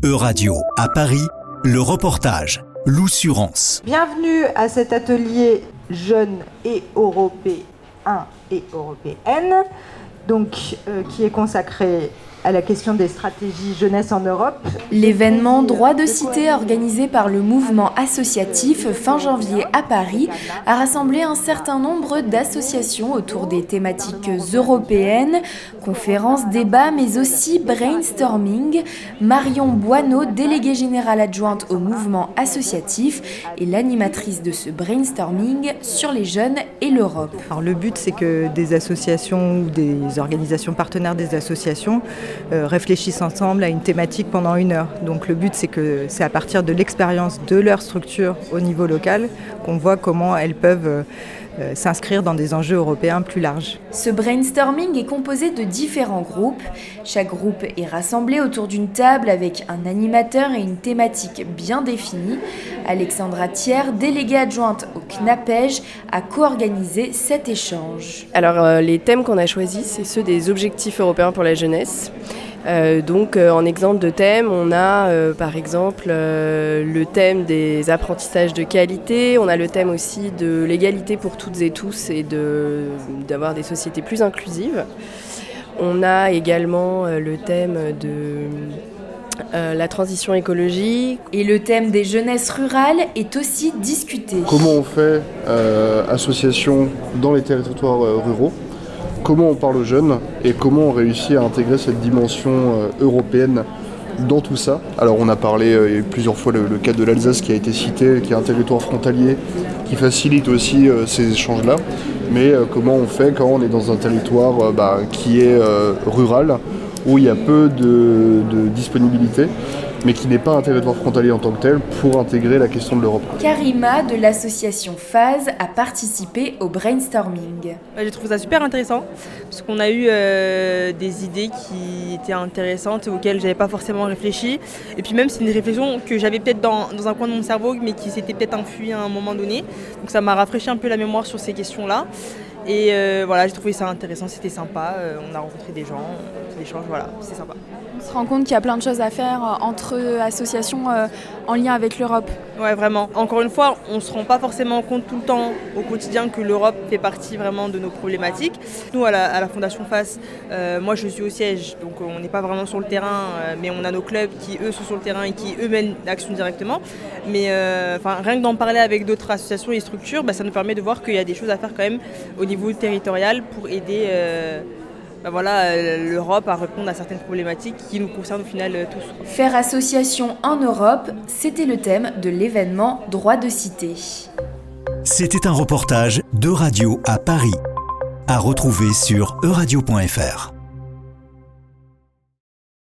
Euradio à Paris, le reportage L'Oussurance. Bienvenue à cet atelier jeunes et européens et européennes, qui est consacré à la question des stratégies jeunesse en Europe. L'événement Droit de cité organisé par le mouvement associatif fin janvier à Paris a rassemblé un certain nombre d'associations autour des thématiques européennes, conférences, débats, mais aussi brainstorming. Marion Boineau, déléguée générale adjointe au mouvement associatif, est l'animatrice de ce brainstorming sur les jeunes et l'Europe. Alors, le but, c'est que des associations ou des organisations partenaires des associations réfléchissent ensemble à une thématique pendant 1 heure. Donc le but, c'est à partir de l'expérience de leur structure au niveau local qu'on voit comment elles peuvent s'inscrire dans des enjeux européens plus larges. Ce brainstorming est composé de différents groupes. Chaque groupe est rassemblé autour d'une table avec un animateur et une thématique bien définie. Alexandra Thiers, déléguée adjointe au CNAPEJ, a co-organisé cet échange. Alors les thèmes qu'on a choisis, c'est ceux des objectifs européens pour la jeunesse. En exemple de thème, on a par exemple le thème des apprentissages de qualité, on a le thème aussi de l'égalité pour toutes et tous et d'avoir des sociétés plus inclusives. On a également le thème de la transition écologique. Et le thème des jeunesses rurales est aussi discuté. Comment on fait association dans les territoires ruraux ? Comment on parle aux jeunes et comment on réussit à intégrer cette dimension européenne dans tout ça. Alors on a parlé plusieurs fois le cas de l'Alsace qui a été cité, qui est un territoire frontalier qui facilite aussi ces échanges-là. Mais comment on fait quand on est dans un territoire qui est rural, où il y a peu de disponibilité, mais qui n'est pas un territoire frontalier en tant que tel, pour intégrer la question de l'Europe. Karima de l'association Phase a participé au brainstorming. J'ai trouvé ça super intéressant, parce qu'on a eu des idées qui étaient intéressantes, auxquelles je n'avais pas forcément réfléchi. Et puis même, c'est une réflexion que j'avais peut-être dans un coin de mon cerveau, mais qui s'était peut-être enfuie à un moment donné. Donc ça m'a rafraîchi un peu la mémoire sur ces questions-là. Et j'ai trouvé ça intéressant, c'était sympa. On a rencontré des gens, l'échange, c'est sympa. On se rend compte qu'il y a plein de choses à faire entre associations en lien avec l'Europe. Ouais, vraiment. Encore une fois, on ne se rend pas forcément compte tout le temps au quotidien que l'Europe fait partie vraiment de nos problématiques. Nous, à la Fondation FACE, moi je suis au siège, donc on n'est pas vraiment sur le terrain, mais on a nos clubs qui, eux, sont sur le terrain et qui, eux, mènent l'action directement. Mais rien que d'en parler avec d'autres associations et structures, ça nous permet de voir qu'il y a des choses à faire quand même au niveau territorial pour aider l'Europe à répondre à certaines problématiques qui nous concernent au final tous. Faire association en Europe, c'était le thème de l'événement Droit de cité. C'était un reportage d'Euradio à Paris, à retrouver sur euradio.fr.